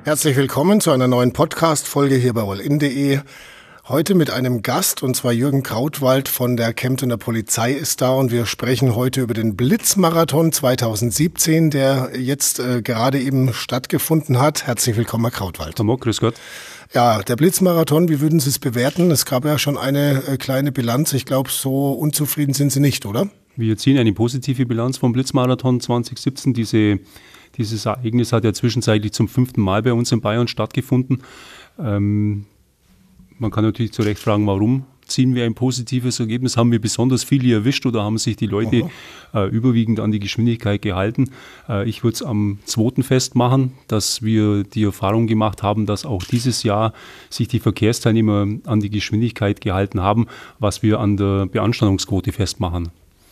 Herzlich willkommen zu einer neuen Podcast-Folge hier bei allin.de. Heute mit einem Gast, und zwar Jürgen Krautwald von der Kemptener Polizei ist da, und wir sprechen heute über den Blitzmarathon 2017, der jetzt gerade eben stattgefunden hat. Herzlich willkommen, Herr Krautwald. Herr Mock, grüß Gott. Ja, der Blitzmarathon, wie würden Sie es bewerten? Es gab ja schon eine kleine Bilanz. Ich glaube, so unzufrieden sind Sie nicht, oder? Wir ziehen eine positive Bilanz vom Blitzmarathon 2017. Dieses Ereignis hat ja zwischenzeitlich zum 5. Mal bei uns in Bayern stattgefunden. Man kann natürlich zu Recht fragen, warum ziehen wir ein positives Ergebnis? Haben wir besonders viele erwischt oder haben sich die Leute überwiegend an die Geschwindigkeit gehalten? Ich würde es am 2. festmachen, dass wir die Erfahrung gemacht haben, dass auch dieses Jahr sich die Verkehrsteilnehmer an die Geschwindigkeit gehalten haben, was wir an der Beanstandungsquote festmachen.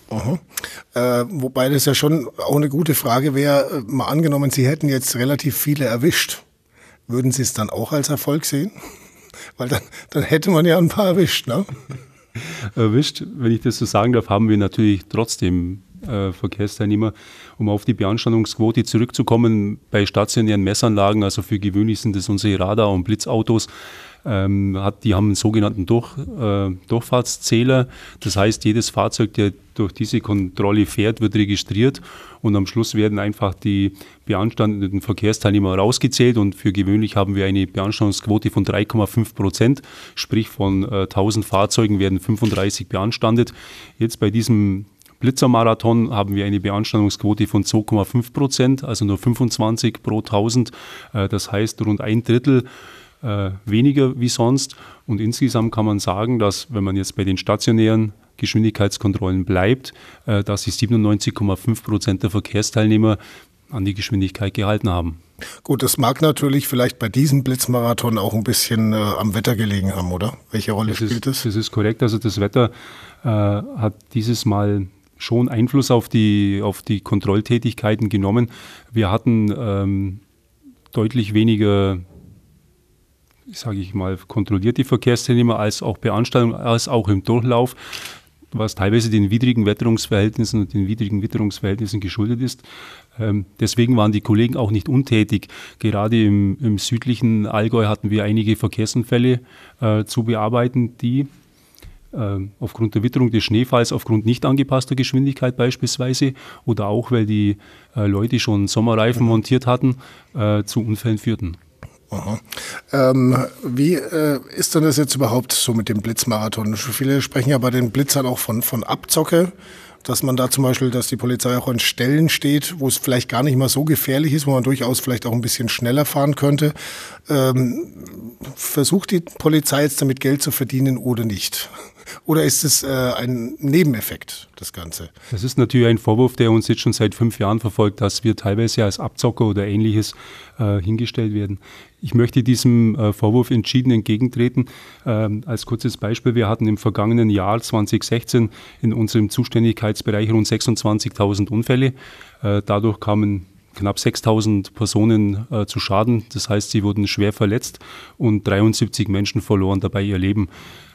Wobei das ja schon auch eine gute Frage wäre, mal angenommen, Sie hätten jetzt relativ viele erwischt. Würden Sie es dann auch als Erfolg sehen? Weil dann hätte man ja ein paar erwischt, ne? Erwischt, wenn ich das so sagen darf, haben wir natürlich trotzdem Verkehrsteilnehmer. Um auf die Beanstandungsquote zurückzukommen, bei stationären Messanlagen, also für gewöhnlich sind das unsere Radar- und Blitzautos, die haben einen sogenannten Durchfahrtszähler. Das heißt, jedes Fahrzeug, der durch diese Kontrolle fährt, wird registriert und am Schluss werden einfach die beanstandeten Verkehrsteilnehmer rausgezählt, und für gewöhnlich haben wir eine Beanstandungsquote von 3,5%, sprich von 1000 Fahrzeugen werden 35 beanstandet. Jetzt bei diesem Blitzermarathon haben wir eine Beanstandungsquote von 2,5%, also nur 25 pro 1000. Das heißt rund ein Drittel weniger wie sonst. Und insgesamt kann man sagen, dass, wenn man jetzt bei den stationären Geschwindigkeitskontrollen bleibt, dass sich 97,5% der Verkehrsteilnehmer an die Geschwindigkeit gehalten haben. Gut, das mag natürlich vielleicht bei diesem Blitzmarathon auch ein bisschen am Wetter gelegen haben, oder? Welche Rolle spielt das? Das ist korrekt. Also das Wetter hat dieses Mal schon Einfluss auf die Kontrolltätigkeiten genommen. Wir hatten deutlich weniger, sage ich mal, kontrollierte Verkehrsteilnehmer als auch Beanstandungen, als auch im Durchlauf, was teilweise den widrigen Wetterungsverhältnissen und den widrigen Witterungsverhältnissen geschuldet ist. Deswegen waren die Kollegen auch nicht untätig. Gerade im südlichen Allgäu hatten wir einige Verkehrsunfälle zu bearbeiten, die aufgrund der Witterung des Schneefalls, aufgrund nicht angepasster Geschwindigkeit beispielsweise oder auch, weil die Leute schon Sommerreifen montiert hatten, zu Unfällen führten. Wie ist denn das jetzt überhaupt so mit dem Blitzmarathon? Viele sprechen ja bei den Blitzern auch von Abzocke, dass man da zum Beispiel, dass die Polizei auch an Stellen steht, wo es vielleicht gar nicht mal so gefährlich ist, wo man durchaus vielleicht auch ein bisschen schneller fahren könnte. Versucht die Polizei jetzt damit Geld zu verdienen oder nicht? Oder ist es ein Nebeneffekt, das Ganze? Das ist natürlich ein Vorwurf, der uns jetzt schon seit 5 Jahren verfolgt, dass wir teilweise als Abzocker oder Ähnliches hingestellt werden. Ich möchte diesem Vorwurf entschieden entgegentreten. Als kurzes Beispiel, wir hatten im vergangenen Jahr 2016 in unserem Zuständigkeitsbereich rund 26.000 Unfälle. Dadurch kamen knapp 6.000 Personen zu Schaden. Das heißt, sie wurden schwer verletzt und 73 Menschen verloren dabei ihr Leben.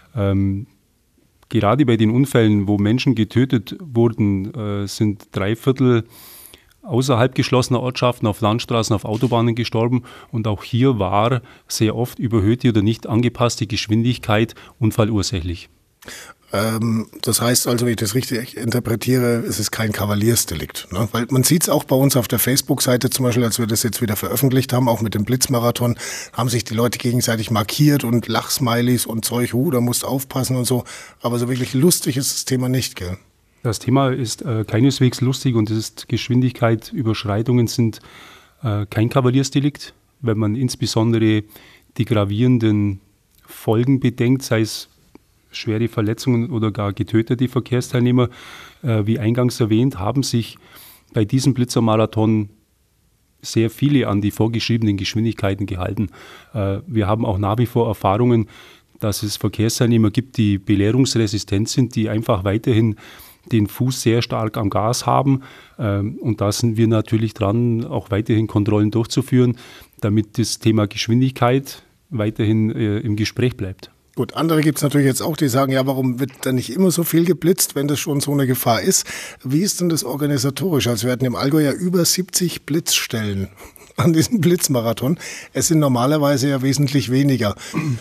Gerade bei den Unfällen, wo Menschen getötet wurden, sind 3/4 außerhalb geschlossener Ortschaften, auf Landstraßen, auf Autobahnen gestorben. Und auch hier war sehr oft überhöhte oder nicht angepasste Geschwindigkeit unfallursächlich. Das heißt also, wenn ich das richtig interpretiere, es ist kein Kavaliersdelikt. Ne? Weil man sieht es auch bei uns auf der Facebook-Seite zum Beispiel, als wir das jetzt wieder veröffentlicht haben, auch mit dem Blitzmarathon, haben sich die Leute gegenseitig markiert und Lachsmilies und Zeug, da musst aufpassen und so. Aber so wirklich lustig ist das Thema nicht, gell? Das Thema ist keineswegs lustig, und Geschwindigkeitsüberschreitungen sind kein Kavaliersdelikt, wenn man insbesondere die gravierenden Folgen bedenkt, sei es schwere Verletzungen oder gar getötete Verkehrsteilnehmer. Wie eingangs erwähnt, haben sich bei diesem Blitzermarathon sehr viele an die vorgeschriebenen Geschwindigkeiten gehalten. Wir haben auch nach wie vor Erfahrungen, dass es Verkehrsteilnehmer gibt, die belehrungsresistent sind, die einfach weiterhin den Fuß sehr stark am Gas haben. Und da sind wir natürlich dran, auch weiterhin Kontrollen durchzuführen, damit das Thema Geschwindigkeit weiterhin im Gespräch bleibt. Gut, andere gibt es natürlich jetzt auch, die sagen, ja, warum wird da nicht immer so viel geblitzt, wenn das schon so eine Gefahr ist? Wie ist denn das organisatorisch? Also wir hatten im Allgäu ja über 70 Blitzstellen an diesem Blitzmarathon. Es sind normalerweise ja wesentlich weniger.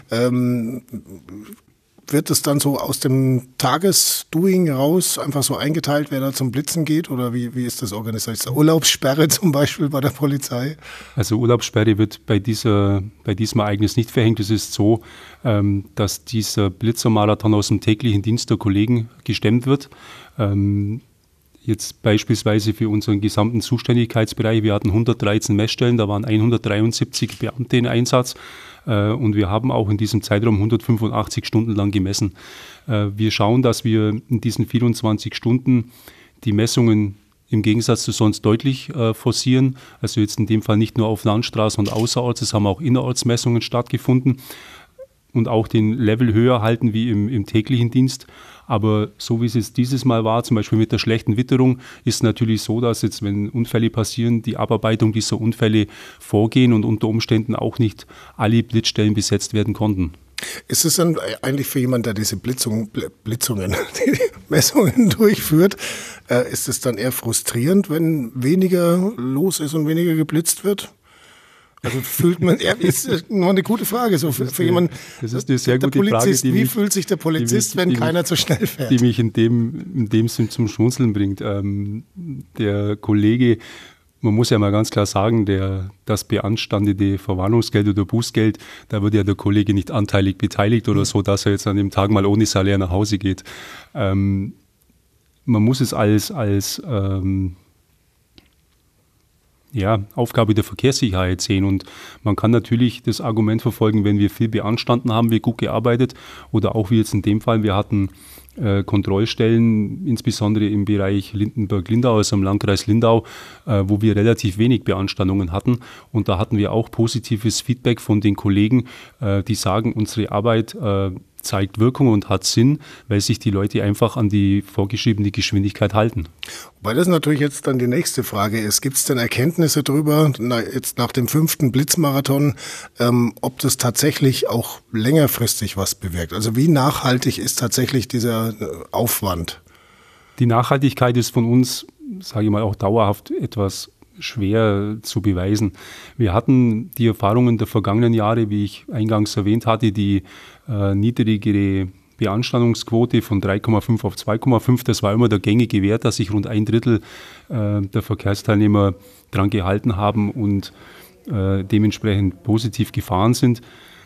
Wird es dann so aus dem Tagesdoing raus einfach so eingeteilt, wer da zum Blitzen geht? Oder wie ist das organisiert? Ist da Urlaubssperre zum Beispiel bei der Polizei? Also Urlaubssperre wird bei diesem Ereignis nicht verhängt. Es ist so, dass dieser Blitzermarathon aus dem täglichen Dienst der Kollegen gestemmt wird. Jetzt beispielsweise für unseren gesamten Zuständigkeitsbereich. Wir hatten 113 Messstellen, da waren 173 Beamte in Einsatz. Und wir haben auch in diesem Zeitraum 185 Stunden lang gemessen. Wir schauen, dass wir in diesen 24 Stunden die Messungen im Gegensatz zu sonst deutlich forcieren. Also jetzt in dem Fall nicht nur auf Landstraßen und außerorts, es haben auch Innerortsmessungen stattgefunden und auch den Level höher halten wie im täglichen Dienst. Aber so wie es jetzt dieses Mal war, zum Beispiel mit der schlechten Witterung, ist natürlich so, dass jetzt, wenn Unfälle passieren, die Abarbeitung dieser Unfälle vorgehen und unter Umständen auch nicht alle Blitzstellen besetzt werden konnten. Ist es dann eigentlich für jemanden, der diese Blitzungen, die Messungen durchführt, ist es dann eher frustrierend, wenn weniger los ist und weniger geblitzt wird? Also fühlt man, ist nur eine gute Frage, so für jemanden. Das ist eine sehr gute Frage. Wie fühlt sich der Polizist, wenn keiner zu schnell fährt? Die mich in dem Sinn zum Schmunzeln bringt. Der Kollege, man muss ja mal ganz klar sagen, das beanstandete Verwarnungsgeld oder Bußgeld, da wird ja der Kollege nicht anteilig beteiligt oder so, dass er jetzt an dem Tag mal ohne Salär nach Hause geht. Man muss es als Aufgabe der Verkehrssicherheit sehen. Und man kann natürlich das Argument verfolgen, wenn wir viel beanstanden haben, wir gut gearbeitet oder auch wie jetzt in dem Fall, wir hatten Kontrollstellen, insbesondere im Bereich Lindenberg-Lindau, also im Landkreis Lindau, wo wir relativ wenig Beanstandungen hatten. Und da hatten wir auch positives Feedback von den Kollegen, die sagen, unsere Arbeit zeigt Wirkung und hat Sinn, weil sich die Leute einfach an die vorgeschriebene Geschwindigkeit halten. Weil das natürlich jetzt dann die nächste Frage ist. Gibt es denn Erkenntnisse darüber, jetzt nach dem 5. Blitzmarathon, ob das tatsächlich auch längerfristig was bewirkt? Also wie nachhaltig ist tatsächlich dieser Aufwand? Die Nachhaltigkeit ist von uns, sage ich mal, auch dauerhaft etwas schwer zu beweisen. Wir hatten die Erfahrungen der vergangenen Jahre, wie ich eingangs erwähnt hatte, die niedrigere Beanstandungsquote von 3,5 auf 2,5. Das war immer der gängige Wert, dass sich rund 1/3 der Verkehrsteilnehmer daran gehalten haben und dementsprechend positiv gefahren sind.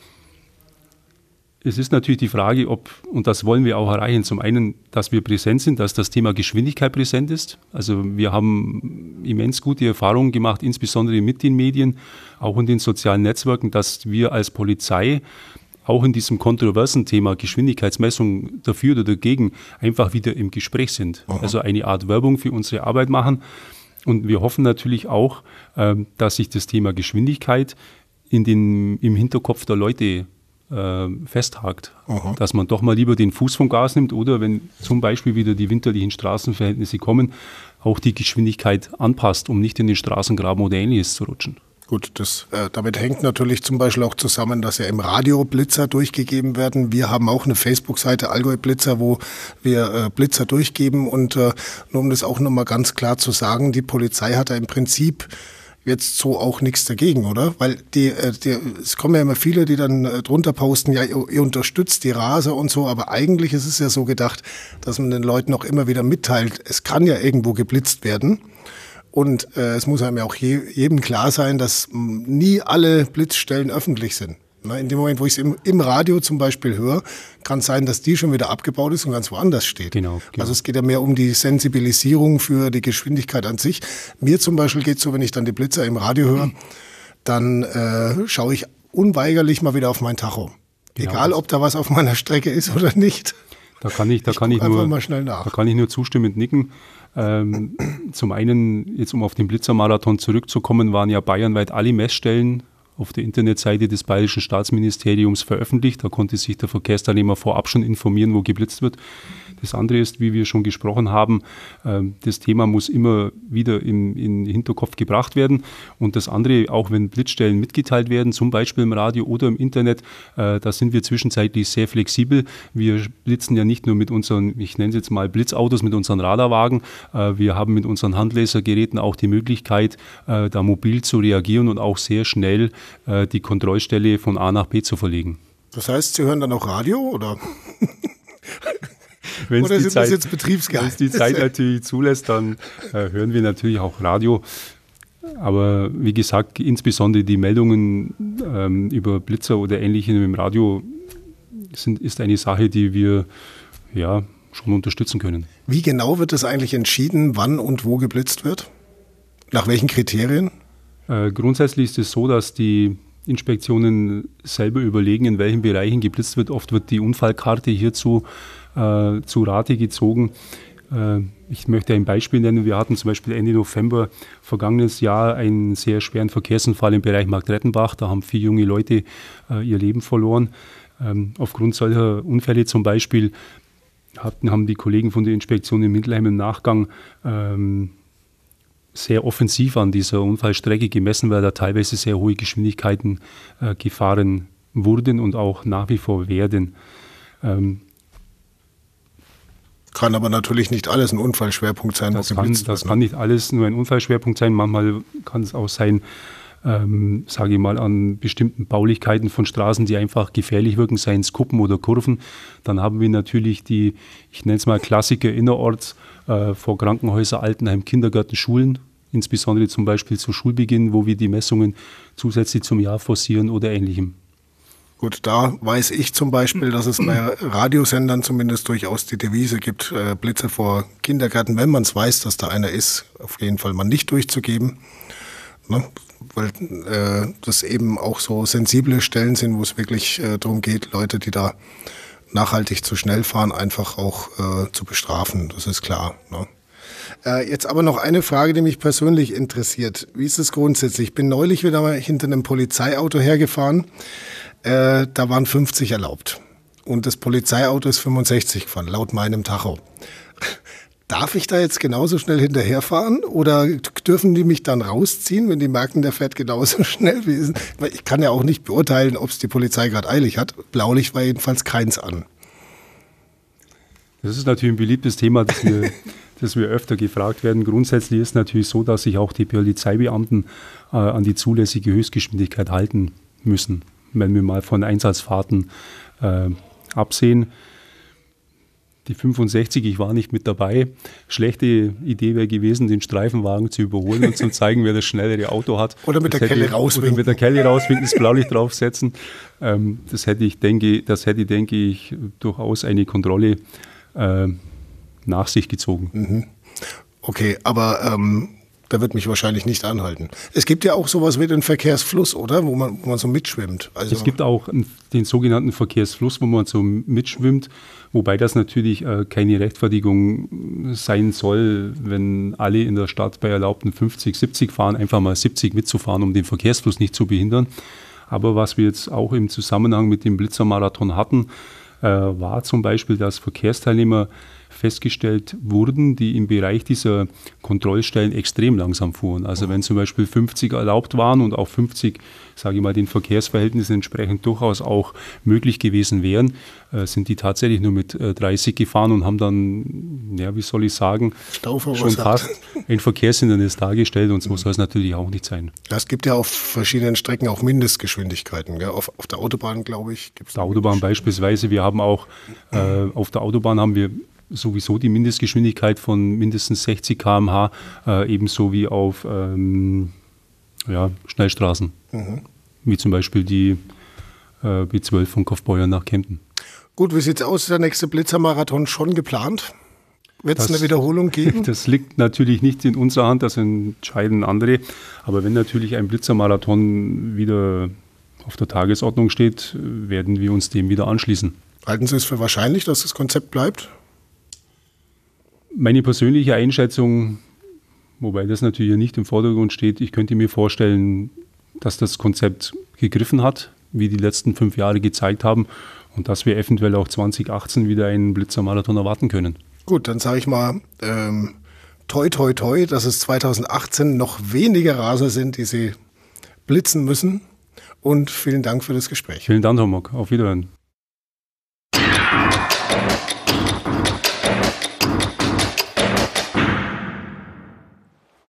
Es ist natürlich die Frage, und das wollen wir auch erreichen, zum einen, dass wir präsent sind, dass das Thema Geschwindigkeit präsent ist. Also wir haben immens gute Erfahrungen gemacht, insbesondere mit den Medien, auch in den sozialen Netzwerken, dass wir als Polizei auch in diesem kontroversen Thema Geschwindigkeitsmessung dafür oder dagegen einfach wieder im Gespräch sind. Aha. Also eine Art Werbung für unsere Arbeit machen. Und wir hoffen natürlich auch, dass sich das Thema Geschwindigkeit im Hinterkopf der Leute festhakt, aha, dass man doch mal lieber den Fuß vom Gas nimmt oder wenn zum Beispiel wieder die winterlichen Straßenverhältnisse kommen, auch die Geschwindigkeit anpasst, um nicht in den Straßengraben oder Ähnliches zu rutschen. Gut, damit hängt natürlich zum Beispiel auch zusammen, dass ja im Radio Blitzer durchgegeben werden. Wir haben auch eine Facebook-Seite Allgäu Blitzer, wo wir Blitzer durchgeben und nur um das auch nochmal ganz klar zu sagen, die Polizei hat ja im Prinzip jetzt so auch nichts dagegen, oder? Weil es kommen ja immer viele, die dann drunter posten, ja, ihr unterstützt die Raser und so, aber eigentlich ist es ja so gedacht, dass man den Leuten auch immer wieder mitteilt, es kann ja irgendwo geblitzt werden. Und es muss einem ja auch jedem klar sein, dass nie alle Blitzstellen öffentlich sind. In dem Moment, wo ich es im Radio zum Beispiel höre, kann es sein, dass die schon wieder abgebaut ist und ganz woanders steht. Genau. Also es geht ja mehr um die Sensibilisierung für die Geschwindigkeit an sich. Mir zum Beispiel geht es so, wenn ich dann die Blitzer im Radio höre, dann schaue ich unweigerlich mal wieder auf mein Tacho. Genau. Egal, ob da was auf meiner Strecke ist oder nicht. Da kann ich nur zustimmend nicken. Zum einen, jetzt um auf den Blitzermarathon zurückzukommen, waren ja bayernweit alle Messstellen auf der Internetseite des Bayerischen Staatsministeriums veröffentlicht. Da konnte sich der Verkehrsteilnehmer vorab schon informieren, wo geblitzt wird. Das andere ist, wie wir schon gesprochen haben, das Thema muss immer wieder in den Hinterkopf gebracht werden. Und das andere, auch wenn Blitzstellen mitgeteilt werden, zum Beispiel im Radio oder im Internet, da sind wir zwischenzeitlich sehr flexibel. Wir blitzen ja nicht nur mit unseren, ich nenne es jetzt mal Blitzautos, mit unseren Radarwagen. Wir haben mit unseren Handlasergeräten auch die Möglichkeit, da mobil zu reagieren und auch sehr schnell die Kontrollstelle von A nach B zu verlegen. Das heißt, Sie hören dann auch Radio, oder? Oder sind das jetzt Betriebsgeheimnisse? Wenn es die Zeit natürlich zulässt, dann hören wir natürlich auch Radio. Aber wie gesagt, insbesondere die Meldungen über Blitzer oder Ähnlichem im Radio ist eine Sache, die wir ja schon unterstützen können. Wie genau wird es eigentlich entschieden, wann und wo geblitzt wird? Nach welchen Kriterien? Grundsätzlich ist es so, dass die Inspektionen selber überlegen, in welchen Bereichen geblitzt wird. Oft wird die Unfallkarte hierzu zu Rate gezogen. Ich möchte ein Beispiel nennen. Wir hatten zum Beispiel Ende November vergangenes Jahr einen sehr schweren Verkehrsunfall im Bereich Marktrettenbach. Da haben 4 junge Leute ihr Leben verloren. Aufgrund solcher Unfälle zum Beispiel haben die Kollegen von der Inspektion in Mindelheim im Nachgang sehr offensiv an dieser Unfallstrecke gemessen, weil da teilweise sehr hohe Geschwindigkeiten gefahren wurden und auch nach wie vor werden. Kann aber natürlich nicht alles ein Unfallschwerpunkt sein. Das kann nicht alles nur ein Unfallschwerpunkt sein. Manchmal kann es auch sein, sage ich mal, an bestimmten Baulichkeiten von Straßen, die einfach gefährlich wirken, seien es Kuppen oder Kurven. Dann haben wir natürlich die, ich nenne es mal Klassiker innerorts, vor Krankenhäuser, Altenheim, Kindergärten, Schulen, insbesondere zum Beispiel zu Schulbeginn, wo wir die Messungen zusätzlich zum Jahr forcieren oder Ähnlichem. Gut, da weiß ich zum Beispiel, dass es bei Radiosendern zumindest durchaus die Devise gibt, Blitze vor Kindergärten, wenn man es weiß, dass da einer ist, auf jeden Fall mal nicht durchzugeben. Ne? Weil das eben auch so sensible Stellen sind, wo es wirklich darum geht, Leute, die da nachhaltig zu schnell fahren, einfach auch zu bestrafen, das ist klar. Ne? Jetzt aber noch eine Frage, die mich persönlich interessiert. Wie ist es grundsätzlich? Ich bin neulich wieder mal hinter einem Polizeiauto hergefahren. Da waren 50 erlaubt. Und das Polizeiauto ist 65 gefahren, laut meinem Tacho. Darf ich da jetzt genauso schnell hinterherfahren oder dürfen die mich dann rausziehen, wenn die merken, der fährt genauso schnell wie ist? Ich kann ja auch nicht beurteilen, ob es die Polizei gerade eilig hat. Blaulicht war jedenfalls keins an. Das ist natürlich ein beliebtes Thema, das wir öfter gefragt werden. Grundsätzlich ist es natürlich so, dass sich auch die Polizeibeamten an die zulässige Höchstgeschwindigkeit halten müssen, wenn wir mal von Einsatzfahrten absehen. Die 65, ich war nicht mit dabei. Schlechte Idee wäre gewesen, den Streifenwagen zu überholen und zu zeigen, wer das schnellere Auto hat. Oder mit der Kelle rauswinken. Oder mit der Kelle rauswinken, das Blaulicht draufsetzen. Das hätte, denke ich, durchaus eine Kontrolle nach sich gezogen. Mhm. Okay, aber da wird mich wahrscheinlich nicht anhalten. Es gibt ja auch sowas wie den Verkehrsfluss, oder? Wo man so mitschwimmt. Also es gibt auch den sogenannten Verkehrsfluss, wo man so mitschwimmt, wobei das natürlich keine Rechtfertigung sein soll, wenn alle in der Stadt bei erlaubten 50, 70 fahren, einfach mal 70 mitzufahren, um den Verkehrsfluss nicht zu behindern. Aber was wir jetzt auch im Zusammenhang mit dem Blitzermarathon hatten, war zum Beispiel, dass Verkehrsteilnehmer festgestellt wurden, die im Bereich dieser Kontrollstellen extrem langsam fuhren. Also wenn zum Beispiel 50 erlaubt waren und auch 50, sage ich mal, den Verkehrsverhältnissen entsprechend durchaus auch möglich gewesen wären, sind die tatsächlich nur mit 30 gefahren und haben dann, ja, wie soll ich sagen, schon fast ein Verkehrshindernis dargestellt, und so soll es natürlich auch nicht sein. Es gibt ja auf verschiedenen Strecken auch Mindestgeschwindigkeiten. Gell? Auf der Autobahn, glaube ich, gibt es. Auf der Autobahn beispielsweise. Wir haben auch, auf der Autobahn haben wir sowieso die Mindestgeschwindigkeit von mindestens 60 km/h, ebenso wie auf Schnellstraßen, wie zum Beispiel die B12 von Kaufbeuern nach Kempten. Gut, wie sieht es aus? Ist der nächste Blitzermarathon schon geplant? Wird es eine Wiederholung geben? Das liegt natürlich nicht in unserer Hand, das entscheiden andere. Aber wenn natürlich ein Blitzermarathon wieder auf der Tagesordnung steht, werden wir uns dem wieder anschließen. Halten Sie es für wahrscheinlich, dass das Konzept bleibt? Meine persönliche Einschätzung, wobei das natürlich nicht im Vordergrund steht, ich könnte mir vorstellen, dass das Konzept gegriffen hat, wie die letzten 5 Jahre gezeigt haben und dass wir eventuell auch 2018 wieder einen Blitzermarathon erwarten können. Gut, dann sage ich mal, toi, toi, toi, dass es 2018 noch weniger Raser sind, die sie blitzen müssen. Und vielen Dank für das Gespräch. Vielen Dank, Herr Mock. Auf Wiederhören.